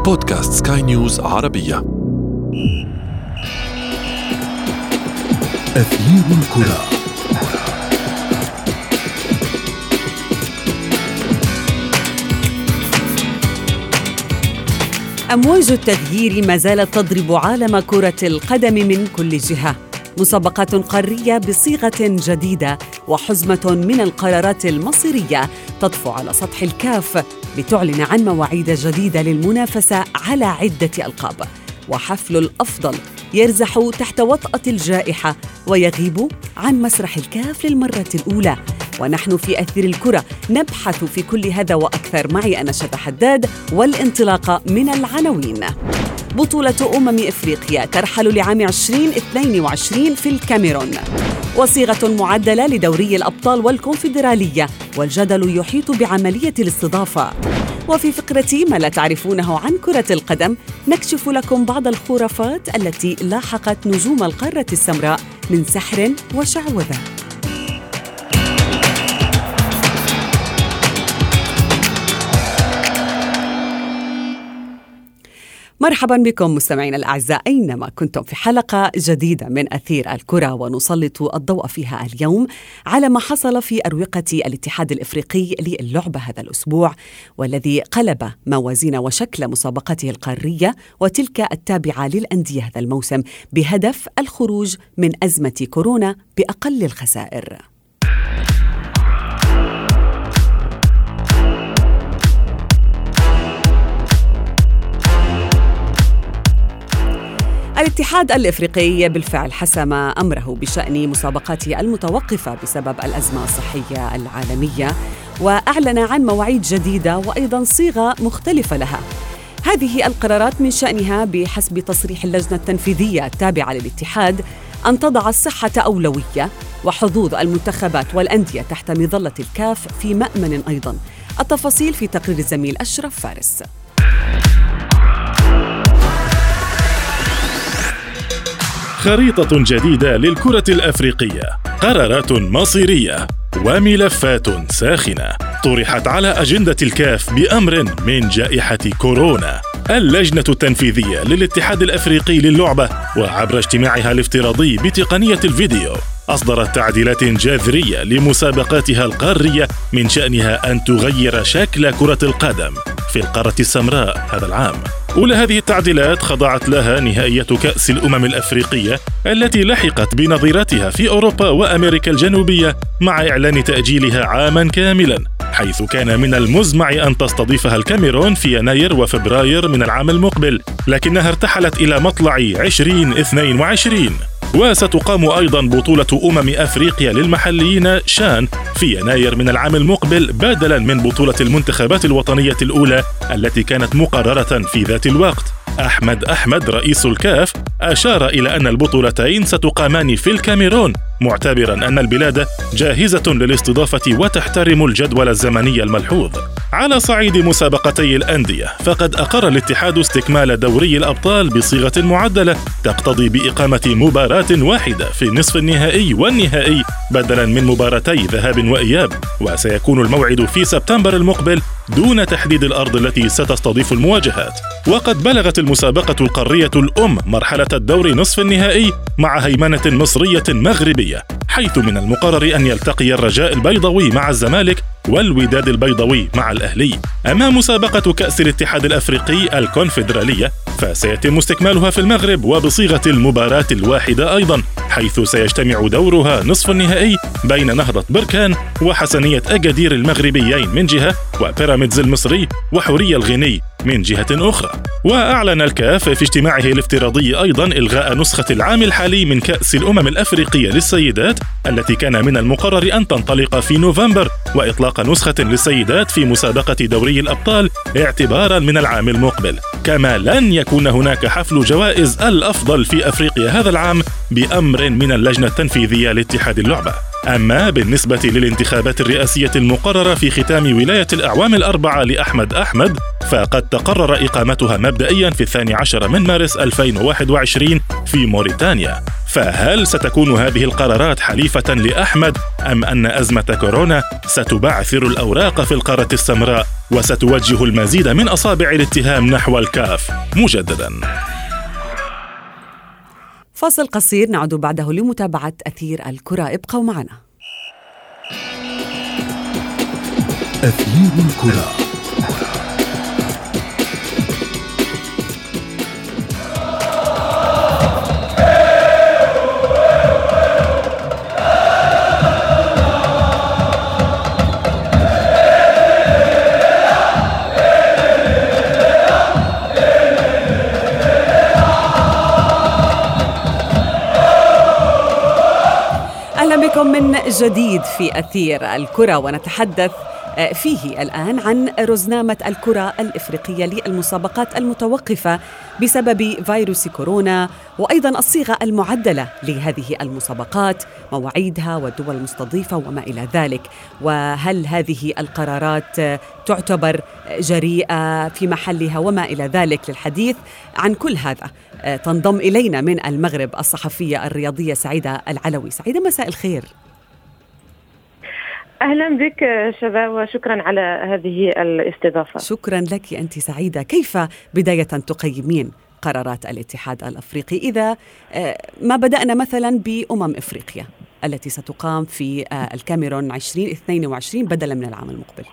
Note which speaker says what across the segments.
Speaker 1: بودكاست سكاي نيوز عربية.
Speaker 2: أثير الكرة.
Speaker 3: أمواج التغيير ما زالت تضرب عالم كرة القدم من كل جهة. مسابقات قارية بصيغة جديدة وحزمة من القرارات المصيرية تطفو على سطح الكاف لتعلن عن مواعيد جديدة للمنافسة على عدة ألقاب. وحفل الأفضل يرزح تحت وطأة الجائحة ويغيب عن مسرح الكاف للمرة الأولى. ونحن في أثير الكرة نبحث في كل هذا وأكثر. معي أنا شذى حداد، والانطلاقة من العناوين. بطولة أفريقيا ترحل لعام 2022 في الكاميرون، وصيغة معدلة لدوري الأبطال والكونفدرالية، والجدل يحيط بعملية الاستضافة. وفي فقرة ما لا تعرفونه عن كرة القدم نكشف لكم بعض الخرافات التي لاحقت نجوم القارة السمراء من سحر وشعوذة. مرحبا بكم مستمعينا الأعزاء أينما كنتم في حلقة جديدة من أثير الكرة، ونسلط الضوء فيها اليوم على ما حصل في أروقة الاتحاد الإفريقي للعبة هذا الأسبوع، والذي قلب موازين وشكل مسابقته القارية وتلك التابعة للأندية هذا الموسم بهدف الخروج من أزمة كورونا بأقل الخسائر. الاتحاد الإفريقي بالفعل حسم أمره بشأن مسابقاته المتوقفة بسبب الأزمة الصحية العالمية، وأعلن عن مواعيد جديدة وأيضاً صيغة مختلفة لها. هذه القرارات من شأنها بحسب تصريح اللجنة التنفيذية التابعة للاتحاد أن تضع الصحة أولوية، وحظوظ المنتخبات والأندية تحت مظلة الكاف في مأمن أيضاً. التفاصيل في تقرير الزميل أشرف فارس.
Speaker 4: خريطة جديدة للكرة الأفريقية، قرارات مصيرية وملفات ساخنة طرحت على أجندة الكاف بأمر من جائحة كورونا. اللجنة التنفيذية للاتحاد الأفريقي للعبة وعبر اجتماعها الافتراضي بتقنية الفيديو أصدرت تعديلات جذرية لمسابقاتها القارية من شأنها أن تغير شكل كرة القدم في القارة السمراء هذا العام. أولى هذه التعديلات خضعت لها نهائية كأس الأمم الأفريقية التي لحقت بنظيرتها في أوروبا وأمريكا الجنوبية مع إعلان تأجيلها عاما كاملا، حيث كان من المزمع أن تستضيفها الكاميرون في يناير وفبراير من العام المقبل، لكنها ارتحلت إلى مطلع 2022. وستقام أيضا بطولة أفريقيا للمحليين شان في يناير من العام المقبل، بدلا من بطولة المنتخبات الوطنية الأولى التي كانت مقررة في ذات الوقت. أحمد رئيس الكاف أشار إلى أن البطولتين ستقامان في الكاميرون، معتبرا أن البلاد جاهزة للاستضافة وتحترم الجدول الزمني الملحوظ. على صعيد مسابقتي الأندية فقد أقر الاتحاد استكمال دوري الأبطال بصيغة معدلة تقتضي بإقامة مباراة واحدة في نصف النهائي والنهائي بدلا من مباراتي ذهاب وإياب، وسيكون الموعد في سبتمبر المقبل دون تحديد الأرض التي ستستضيف المواجهات. وقد بلغت المسابقة القارية الأم مرحلة الدور نصف النهائي مع هيمنة مصرية مغربية، حيث من المقرر أن يلتقي الرجاء البيضاوي مع الزمالك والوداد البيضاوي مع الأهلي. أما مسابقة كأس الاتحاد الأفريقي الكونفدرالية فسيتم استكمالها في المغرب وبصيغة المباراة الواحدة أيضا، حيث سيجتمع دورها نصف النهائي بين نهضة بركان وحسنية أجادير المغربيين من جهة وبيراميدز المصري وحورية الغيني من جهة أخرى. وأعلن الكاف في اجتماعه الافتراضي أيضا إلغاء نسخة العام الحالي من كأس الأمم الأفريقية للسيدات التي كان من المقرر أن تنطلق في نوفمبر، وإطلاق نسخة للسيدات في مسابقة دوري الأبطال اعتبارا من العام المقبل. كما لن يكون هناك حفل جوائز الأفضل في أفريقيا هذا العام بأمر من اللجنة التنفيذية لاتحاد اللعبة. أما بالنسبة للانتخابات الرئاسية المقررة في ختام ولاية الأعوام الأربعة لأحمد فقد تقرر إقامتها مبدئيا في 12 من مارس 2021 في موريتانيا. فهل ستكون هذه القرارات حليفة لأحمد أم أن أزمة كورونا ستبعثر الأوراق في القارة السمراء وستوجه المزيد من أصابع الاتهام نحو الكاف مجددا.
Speaker 3: فاصل قصير نعود بعده لمتابعة أثير الكرة. ابقوا معنا.
Speaker 1: أثير الكرة.
Speaker 3: بكم من جديد في أثير الكرة، ونتحدث فيه الآن عن رزنامة الكرة الإفريقية للمسابقات المتوقفة بسبب فيروس كورونا، وأيضا الصيغة المعدلة لهذه المسابقات، مواعيدها والدول المستضيفة وما إلى ذلك. وهل هذه القرارات تعتبر جريئة في محلها وما إلى ذلك؟ للحديث عن كل هذا تنضم إلينا من المغرب الصحفية الرياضية سعيدة العلوي. سعيدة، مساء الخير.
Speaker 2: أهلا بك شذى، وشكرا على هذه الاستضافة.
Speaker 3: شكرا لك أنت سعيدة. كيف بداية تقيمين قرارات الاتحاد الأفريقي إذا ما بدأنا مثلا بأمم إفريقيا التي ستقام في الكاميرون 2022 بدلا من العام المقبل؟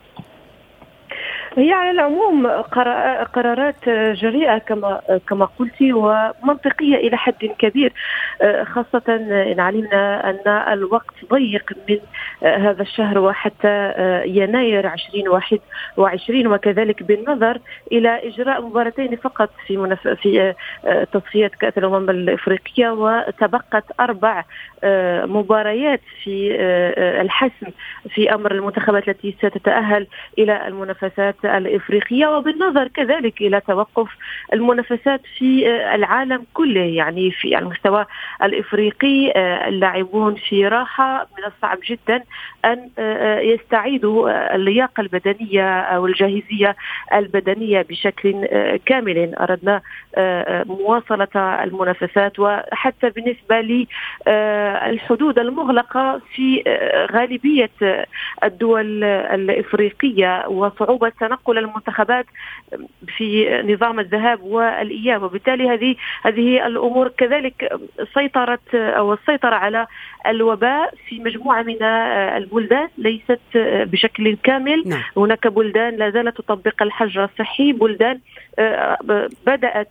Speaker 2: هي على العموم قرارات جريئة كما قلت، ومنطقية إلى حد كبير، خاصة إن علمنا أن الوقت ضيق من هذا الشهر وحتى يناير 2021، وكذلك بالنظر إلى إجراء مباراتين فقط في تصفية كأس الأمم الإفريقية، وتبقت 4 مباريات في الحسم في أمر المنتخبات التي ستتأهل إلى المنافسات الإفريقية، وبالنظر كذلك إلى توقف المنافسات في العالم كله. يعني في المستوى الإفريقي اللاعبون في راحة، من الصعب جدا أن يستعيدوا اللياقة البدنية أو الجاهزية البدنية بشكل كامل. أردنا مواصلة المنافسات، وحتى بالنسبة للحدود المغلقة في غالبية الدول الإفريقية وصعوبة تنقل المنتخبات في نظام الذهاب والإياب، وبالتالي هذه الأمور كذلك السيطرة على الوباء في مجموعة من البلدان ليست بشكل كامل.
Speaker 3: نعم.
Speaker 2: هناك بلدان لا زالت تطبق الحجر الصحي، بلدان بدأت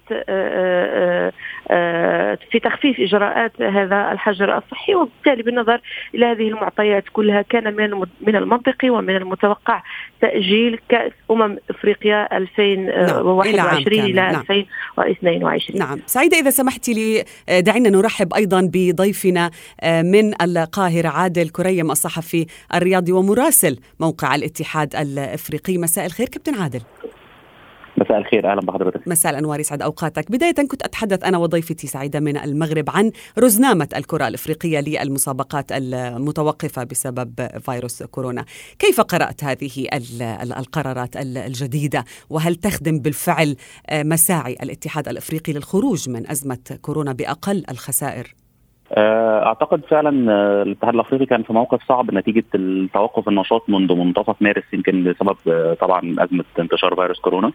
Speaker 2: في تخفيف إجراءات هذا الحجر الصحي، وبالتالي بالنظر إلى هذه المعطيات كلها كان من المنطقي ومن المتوقع تأجيل كأس إفريقيا 2021 إلى 2022.
Speaker 3: نعم. سعيدة، إذا سمحتي لي دعينا نرحب أيضا بضيفنا من القاهرة عادل كريم، الصحفي الرياضي ومراسل موقع الاتحاد الأفريقي. مساء الخير كابتن عادل.
Speaker 5: مساء الخير، أهلا بحضرتك.
Speaker 3: مساء الأنوار، يسعد أوقاتك. بداية كنت أتحدث أنا وضيفتي سعيدة من المغرب عن رزنامة الكرة الإفريقية للمسابقات المتوقفة بسبب فيروس كورونا. كيف قرأت هذه القرارات الجديدة، وهل تخدم بالفعل مساعي الاتحاد الإفريقي للخروج من أزمة كورونا بأقل الخسائر؟
Speaker 5: أعتقد فعلا الاتحاد الأفريقي كان في موقف صعب نتيجة توقف النشاط منذ منتصف مارس، يمكن بسبب طبعا أزمة انتشار فيروس كورونا.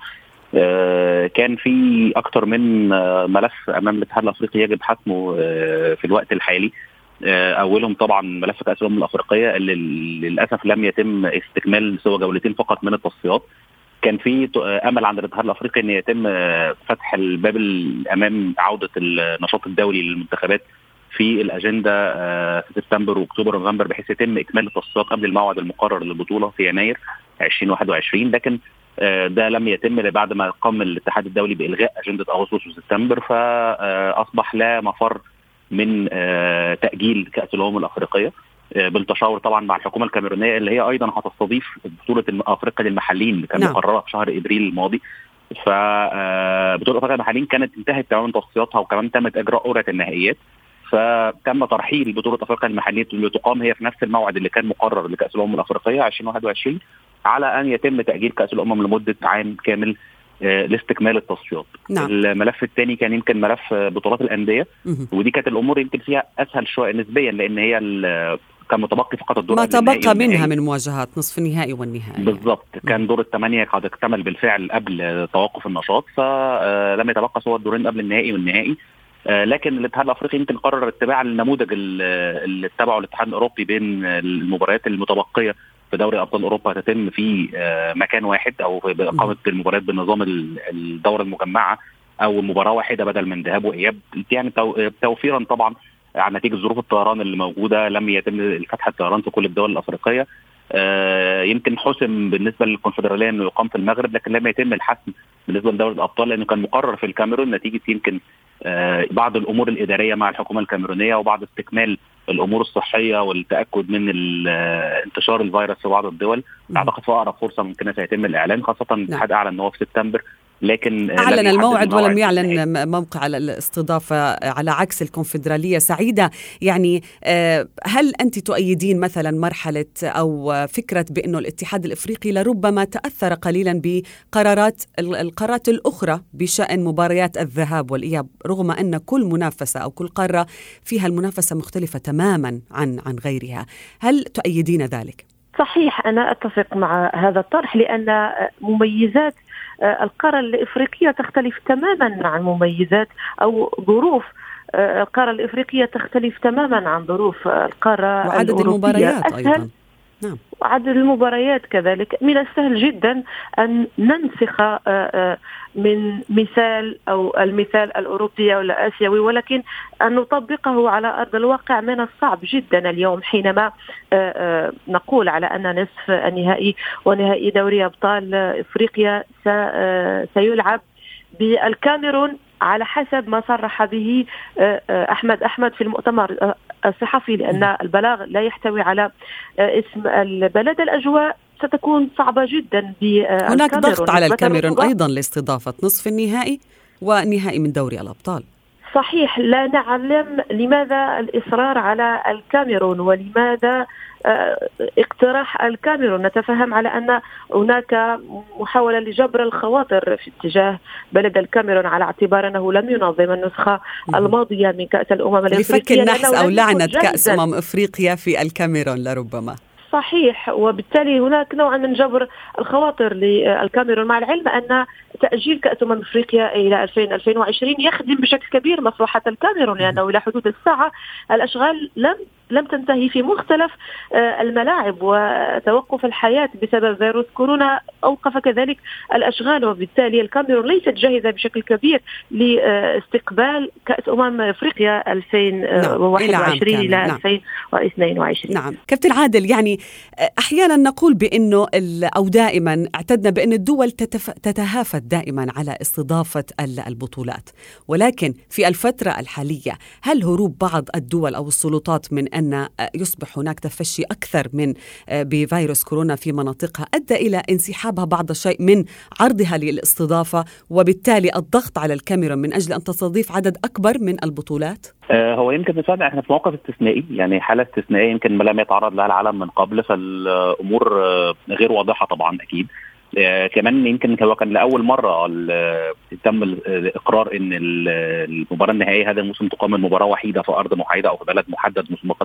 Speaker 5: كان في أكثر من ملف أمام الاتحاد الأفريقي يجب حسمه في الوقت الحالي. أولهم طبعا ملف كأس الأمم الأفريقية اللي للأسف لم يتم استكمال سوى جولتين فقط من التصفيات. كان في أمل عند الاتحاد الأفريقي أن يتم فتح الباب أمام عودة النشاط الدولي للمنتخبات في الأجندة في سبتمبر وأكتوبر ونوفمبر، بحيث يتم إكمال التصفيات قبل الموعد المقرر للبطولة في يناير 2021. لكن ده لم يتم بعد ما قام الاتحاد الدولي بإلغاء أجندة أغسطس وسبتمبر، فأصبح لا مفر من تأجيل كأس الأمم الأفريقية بالتشاور طبعا مع الحكومة الكاميرونية اللي هي أيضا هتستضيف بطولة أفريقيا للمحليين اللي كان مقررة في شهر إبريل الماضي. فبطولة أفريقيا للمحليين كانت انتهت تماما تصفياتها، وكمان تمت إجراء قرعة النهائيات، فتم ترحيل بطولة أفريقيا المحلية اللي تقام هي في نفس الموعد اللي كان مقرر لكأس الأمم الأفريقية 2021 على أن يتم تأجيل كأس الأمم لمدة عام كامل لاستكمال التصفيات.
Speaker 3: نعم.
Speaker 5: الملف الثاني كان يمكن ملف بطولات الأندية، ودي كانت الأمور يمكن فيها أسهل شوية نسبيا، لأن هي كان متبقي فقط الدور
Speaker 3: ما تبقى منها من مواجهات نصف النهائي والنهائي.
Speaker 5: بالضبط. كان دور الثمانية قد اكتمل بالفعل قبل توقف النشاط، فلم يتبقى سوى الدورين قبل النهائي والنهائي. لكن الاتحاد الافريقي يمكن قرر اتباع النموذج اللي اتبعه الاتحاد الاوروبي بين المباريات المتبقيه في دوري ابطال اوروبا تتم في مكان واحد، او باقامه المباريات بالنظام الدوره المجمعه، او مباراه واحده بدل من ذهاب واياب، يعني توفيرا طبعا عن نتيجه ظروف الطيران اللي موجوده. لم يتم فتح الطيران في كل الدول الافريقيه. يمكن حسم بالنسبه للكونفدراليه انه يقام في المغرب، لكن لم يتم الحسم بالنسبه لدوري الابطال لانه كان مقرر في الكاميرون نتيجه يمكن بعض الامور الاداريه مع الحكومه الكاميرونيه، وبعض استكمال الامور الصحيه والتاكد من انتشار الفيروس في بعض الدول. اعتقد في اقرب فرصه ممكن سيتم الاعلان، خاصه الاتحاد اعلن ان هو في سبتمبر، لكن
Speaker 3: أعلن الموعد ولم يعلن موقع الاستضافة على عكس الكونفدرالية. سعيدة، يعني هل أنت تؤيدين مثلا مرحلة أو فكرة بأنه الاتحاد الإفريقي لربما تأثر قليلا القارات الأخرى بشأن مباريات الذهاب والإياب، رغم أن كل منافسة أو كل قارة فيها المنافسة مختلفة تماما عن غيرها؟ هل تؤيدين ذلك؟
Speaker 2: صحيح، أنا أتفق مع هذا الطرح، لأن مميزات القارة الإفريقية تختلف تماما عن مميزات أو ظروف القارة الإفريقية تختلف تماما عن ظروف القارة
Speaker 3: وعدد المباريات أيضا.
Speaker 2: نعم. وعدد المباريات كذلك. من السهل جدا أن ننسخ من مثال أو المثال الأوروبي أو الآسيوي، ولكن أن نطبقه على أرض الواقع من الصعب جدا اليوم، حينما نقول على أن نصف النهائي ونهائي دوري أبطال إفريقيا سيلعب بالكاميرون على حسب ما صرح به أحمد في المؤتمر الصحفي، لأن البلاغ لا يحتوي على اسم البلد. الأجواء ستكون صعبة جدا بالكاميرون.
Speaker 3: هناك ضغط على الكاميرون أيضا لاستضافة نصف النهائي ونهائي من دوري الأبطال.
Speaker 2: صحيح، لا نعلم لماذا الإصرار على الكاميرون ولماذا اقتراح الكاميرون. نتفهم على أن هناك محاولة لجبر الخواطر في اتجاه بلد الكاميرون على اعتبار أنه لم ينظم النسخة الماضية من كأس الأمم الأفريقية،
Speaker 3: لفك النحس أو لعنة كأس أفريقيا في الكاميرون لربما.
Speaker 2: صحيح، وبالتالي هناك نوع من جبر الخواطر للكاميرون، مع العلم أن تأجيل كأس أفريقيا إلى 2020 يخدم بشكل كبير مصلحة الكاميرون، لأنه إلى حدود الساعة الأشغال لم تنتهي في مختلف الملاعب، وتوقف الحياة بسبب فيروس كورونا أوقف كذلك الأشغال، وبالتالي الكاميرون ليست جاهزة بشكل كبير لاستقبال كأس أفريقيا 2021 إلى 2022.
Speaker 3: نعم. كابتن عادل، يعني أحيانا نقول بأنه أو دائما اعتدنا بأن الدول تتهافت دائما على استضافة البطولات، ولكن في الفترة الحالية هل هروب بعض الدول أو السلطات من أن يصبح هناك تفشي أكثر من بفيروس كورونا في مناطقها أدى إلى انسحابها بعض الشيء من عرضها للاستضافة، وبالتالي الضغط على الكاميرون من أجل أن تستضيف عدد أكبر من البطولات؟
Speaker 5: هو يمكن مثلا احنا في موقف استثنائي، يعني حالة استثنائية يمكن لم يتعرض لها العالم من قبل، فالأمور غير واضحة طبعا أكيد. كمان يمكن هو كان لأول مرة تم الإقرار أن المباراة النهائية هذا الموسم تقام مباراة وحيدة في أرض محايدة أو في بلد محدد مسبقا.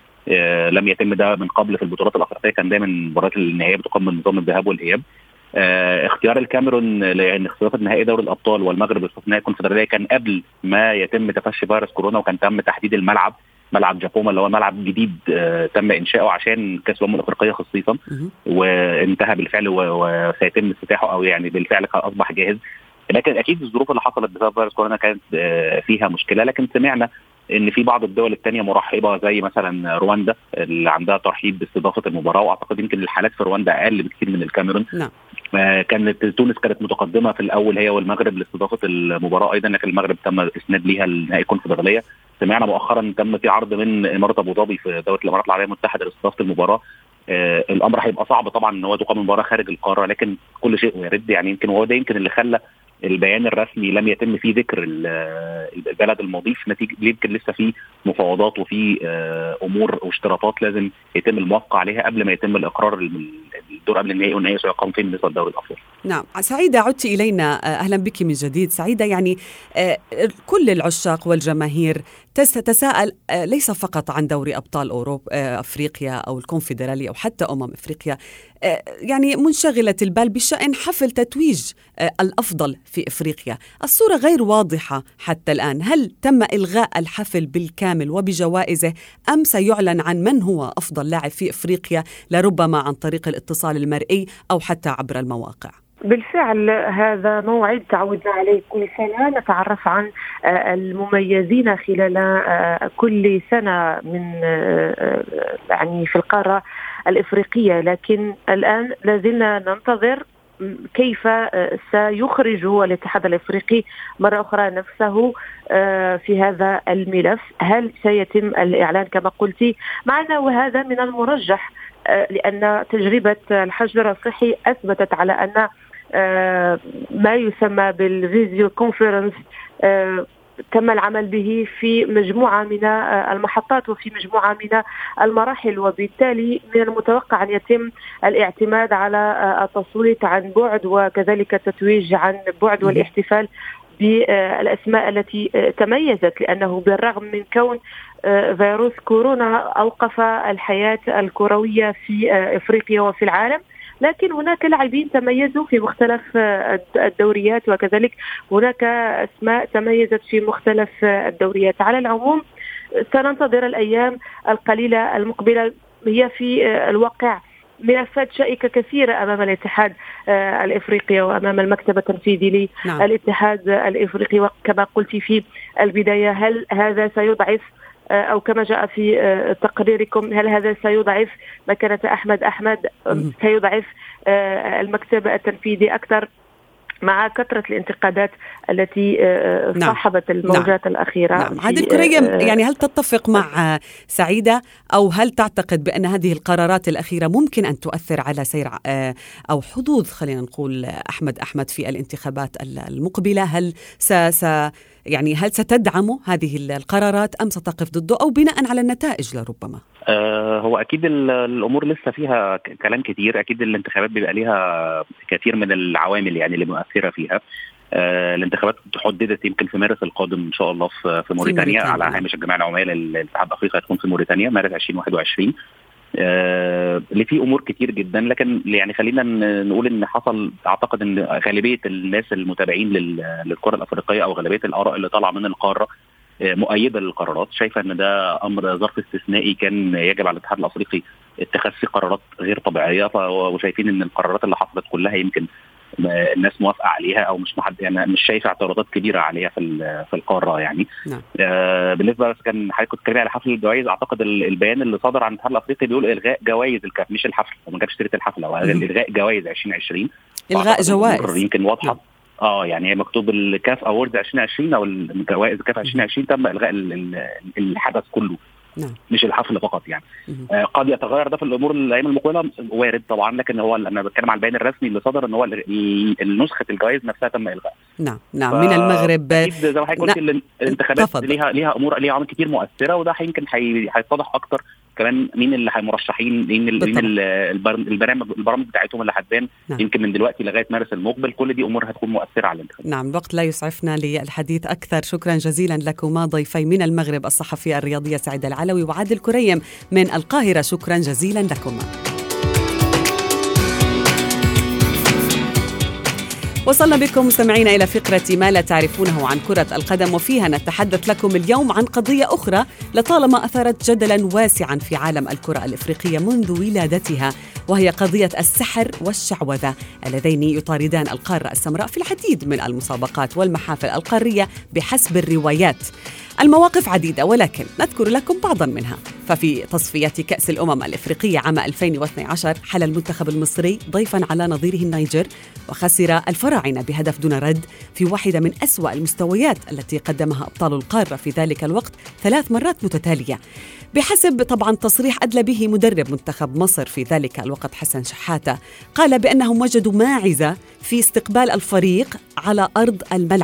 Speaker 5: لم يتم ده من قبل في البطولات الأفريقية، كان دايما المباريات النهائية بتقام من نظام الذهاب والإياب. اختيار الكاميرون لأن استضافة نهائي دوري الأبطال والمغرب استثناء الكونفدرالية كان قبل ما يتم تفشي فيروس كورونا، وكان تم تحديد ملعب جابوما اللي هو ملعب جديد تم إنشاؤه عشان كأس الأمم الأفريقية خصيصا، وانتهى بالفعل وسيتم افتتاحه، أو يعني بالفعل أصبح جاهز. لكن أكيد الظروف اللي حصلت بسبب فيروس كورونا كانت فيها مشكلة، لكن سمعنا ان في بعض الدول الثانيه مرحبه زي مثلا رواندا اللي عندها ترحيب باستضافه المباراه، واعتقد يمكن الحالات في رواندا اقل بكثير من الكاميرون.
Speaker 3: نعم.
Speaker 5: كانت تونس كانت متقدمه في الاول هي والمغرب لاستضافه المباراه ايضا، لكن المغرب تم اسناد ليها النهائي الكونفدراليه. سمعنا مؤخرا تم في عرض من اماره ابو ظبي في دوله الامارات العربيه المتحده لاستضافه المباراه. الامر هيبقى صعب طبعا ان هو تقام مباراه خارج القاره، لكن كل شيء وارد. يعني يمكن وهو ده يمكن اللي خلى البيان الرسمي لم يتم فيه ذكر البلد المضيف، نتيجه يمكن لسه في مفاوضات وفي امور واشتراطات لازم يتم الموافقه عليها قبل ما يتم الاقرار الدور قبل النهائي والنهائي سيقام فين بالنسبه لدوري الابطال.
Speaker 3: نعم. سعيدة عدت إلينا، أهلا بك من جديد. سعيدة، يعني كل العشاق والجماهير تتساءل ليس فقط عن دوري أبطال أفريقيا أو الكونفدرالية أو حتى أفريقيا، يعني منشغلة البال بشأن حفل تتويج الأفضل في أفريقيا. الصورة غير واضحة حتى الآن، هل تم إلغاء الحفل بالكامل وبجوائزه أم سيعلن عن من هو أفضل لاعب في أفريقيا، لربما عن طريق الاتصال المرئي أو حتى عبر المواقع؟
Speaker 2: بالفعل هذا موعد تعودنا عليه كل سنة، نتعرف عن المميزين خلال كل سنة من يعني في القارة الإفريقية، لكن الآن لازلنا ننتظر كيف سيخرج الاتحاد الإفريقي مرة أخرى نفسه في هذا الملف. هل سيتم الإعلان كما قلتي معنا؟ وهذا من المرجح، لأن تجربة الحجر الصحي أثبتت على أن ما يسمى بالفيديو كونفرنس تم العمل به في مجموعة من المحطات وفي مجموعة من المراحل، وبالتالي من المتوقع أن يتم الاعتماد على التصويت عن بعد وكذلك التتويج عن بعد والاحتفال بالأسماء التي تميزت، لأنه بالرغم من كون فيروس كورونا أوقف الحياة الكروية في إفريقيا وفي العالم، لكن هناك لاعبين تميزوا في مختلف الدوريات، وكذلك هناك أسماء تميزت في مختلف الدوريات. على العموم سننتظر الأيام القليلة المقبلة. هي في الواقع ملفات شائكة كثيرة أمام الاتحاد الإفريقي وأمام المكتب التنفيذي للاتحاد الإفريقي، وكما قلت في البداية، هل هذا سيضعف أو كما جاء في تقريركم هل هذا سيضعف مكانة أحمد سيضعف المكتب التنفيذي أكثر مع كثرة الانتقادات التي صاحبت الموجات الأخيرة؟
Speaker 3: نعم. عادل كريم، يعني هل تتفق مع سعيدة أو هل تعتقد بأن هذه القرارات الأخيرة ممكن أن تؤثر على سير أو حظوظ خلينا نقول أحمد في الانتخابات المقبلة؟ هل هل ستدعم هذه القرارات أم ستقف ضده أو بناء على النتائج لربما؟
Speaker 5: هو أكيد الأمور لسه فيها كلام كتير. أكيد الانتخابات بيبقى ليها كثير من العوامل يعني اللي مؤثرة فيها. الانتخابات تحددت يمكن في مارس القادم إن شاء الله في موريتانيا على هامش الجمعية العمومية للاتحاد الأفريقي، هتكون في موريتانيا مارس 2021. اللي فيه امور كتير جدا، لكن يعني خلينا نقول ان حصل، اعتقد ان غالبيه الناس المتابعين للكره الافريقيه او غالبيه الاراء اللي طالعه من القاره مؤيده للقرارات، شايفه ان ده امر ظرف استثنائي كان يجب على الاتحاد الافريقي اتخاذ فيه قرارات غير طبيعيه، وشايفين ان القرارات اللي حصلت كلها يمكن الناس موافقه عليها او مش يعني مش شايفه اعتراضات كبيره عليها في القاره يعني. نعم. بالنسبه بس كان حضرتك كنت بتتكلمي على حفل الجوائز، اعتقد البيان اللي صدر عن الاتحاد الافريقي بيقول الغاء جوائز الكاف مش الحفل، وما جابش سيره الحفل، او الغاء جوائز 2020.
Speaker 3: الغاء جوائز
Speaker 5: يمكن واضحه. يعني هي مكتوب الكاف اووردز 2020 او الجوائز الكاف 2020 تم الغاء الحدث كله. نعم. مش الحفل فقط يعني. قد يتغير ده في الامور الايام المقبله، وارد طبعا، لكن هو انا بتكلم عن البيان الرسمي اللي صدر ان هو النسخه الجوائز نفسها تم الغائها.
Speaker 3: نعم من المغرب.
Speaker 5: زي ما حضرتك قلت الانتخابات ليها امور، ليها عوامل كتير مؤثره، وده يمكن هيتضح اكتر كمان مين اللي مرشحين، مين البرامج بتاعتهم اللي هتبان. نعم. يمكن من دلوقتي لغايه مارس المقبل كل دي امور هتكون مؤثره على الانتخابات.
Speaker 3: نعم. الوقت لا يسعفنا للحديث اكثر. شكرا جزيلا لكما ضيفي من المغرب الصحفيه الرياضيه سعيدة العلوي وعادل كريم من القاهره. شكرا جزيلا لكما. وصلنا بكم مستمعين إلى فقرة ما لا تعرفونه عن كرة القدم، وفيها نتحدث لكم اليوم عن قضية أخرى لطالما أثارت جدلا واسعا في عالم الكرة الإفريقية منذ ولادتها، وهي قضية السحر والشعوذة اللذين يطاردان القارة السمراء في العديد من المسابقات والمحافل القارية بحسب الروايات. المواقف عديدة ولكن نذكر لكم بعضا منها. ففي تصفيات كأس الأمم الإفريقية عام 2012 حل المنتخب المصري ضيفا على نظيره النيجر، وخسر الفراعنة بهدف دون رد في واحدة من أسوأ المستويات التي قدمها أبطال القارة في ذلك الوقت 3 مرات متتالية، بحسب طبعا تصريح أدلى به مدرب منتخب مصر في ذلك الوقت حسن شحاتة. قال بأنهم وجدوا ماعزة في استقبال الفريق على أرض الملعب،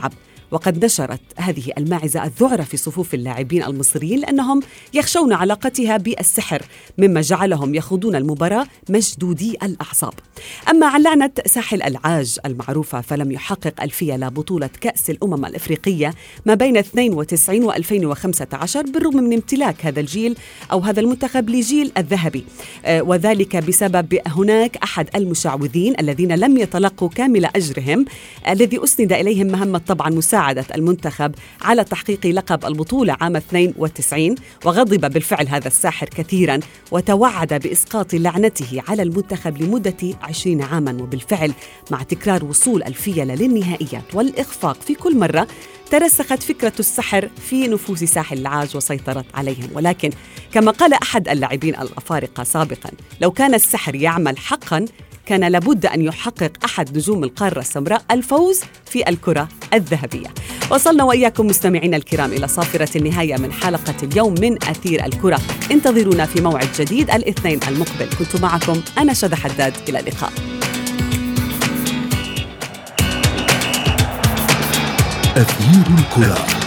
Speaker 3: وقد نشرت هذه الماعزة الذعر في صفوف اللاعبين المصريين لأنهم يخشون علاقتها بالسحر، مما جعلهم يخوضون المباراة مشدودي الأعصاب. أما عن لعنة ساحل العاج المعروفة فلم يحقق الفيلة بطولة كأس الأمم الأفريقية ما بين 92 و2015 بالرغم من امتلاك هذا الجيل أو هذا المنتخب لجيل الذهبي، وذلك بسبب هناك أحد المشعوذين الذين لم يتلقوا كامل أجرهم الذي أسند إليهم مهمة طبعا مساعدة المنتخب على تحقيق لقب البطولة عام 92. وغضب بالفعل هذا الساحر كثيرا وتوعد بإسقاط لعنته على المنتخب لمدة 20 عاما، وبالفعل مع تكرار وصول الفيلة للنهائيات والإخفاق في كل مرة ترسخت فكرة السحر في نفوس ساحل العاج وسيطرت عليهم. ولكن كما قال أحد اللاعبين الأفارقة سابقا، لو كان السحر يعمل حقا كان لابد أن يحقق أحد نجوم القارة السمراء الفوز في الكرة الذهبية. وصلنا وإياكم مستمعين الكرام إلى صافرة النهاية من حلقة اليوم من أثير الكرة. انتظرونا في موعد جديد الاثنين المقبل. كنت معكم أنا شذى حداد، إلى اللقاء.
Speaker 1: أثير الكرة.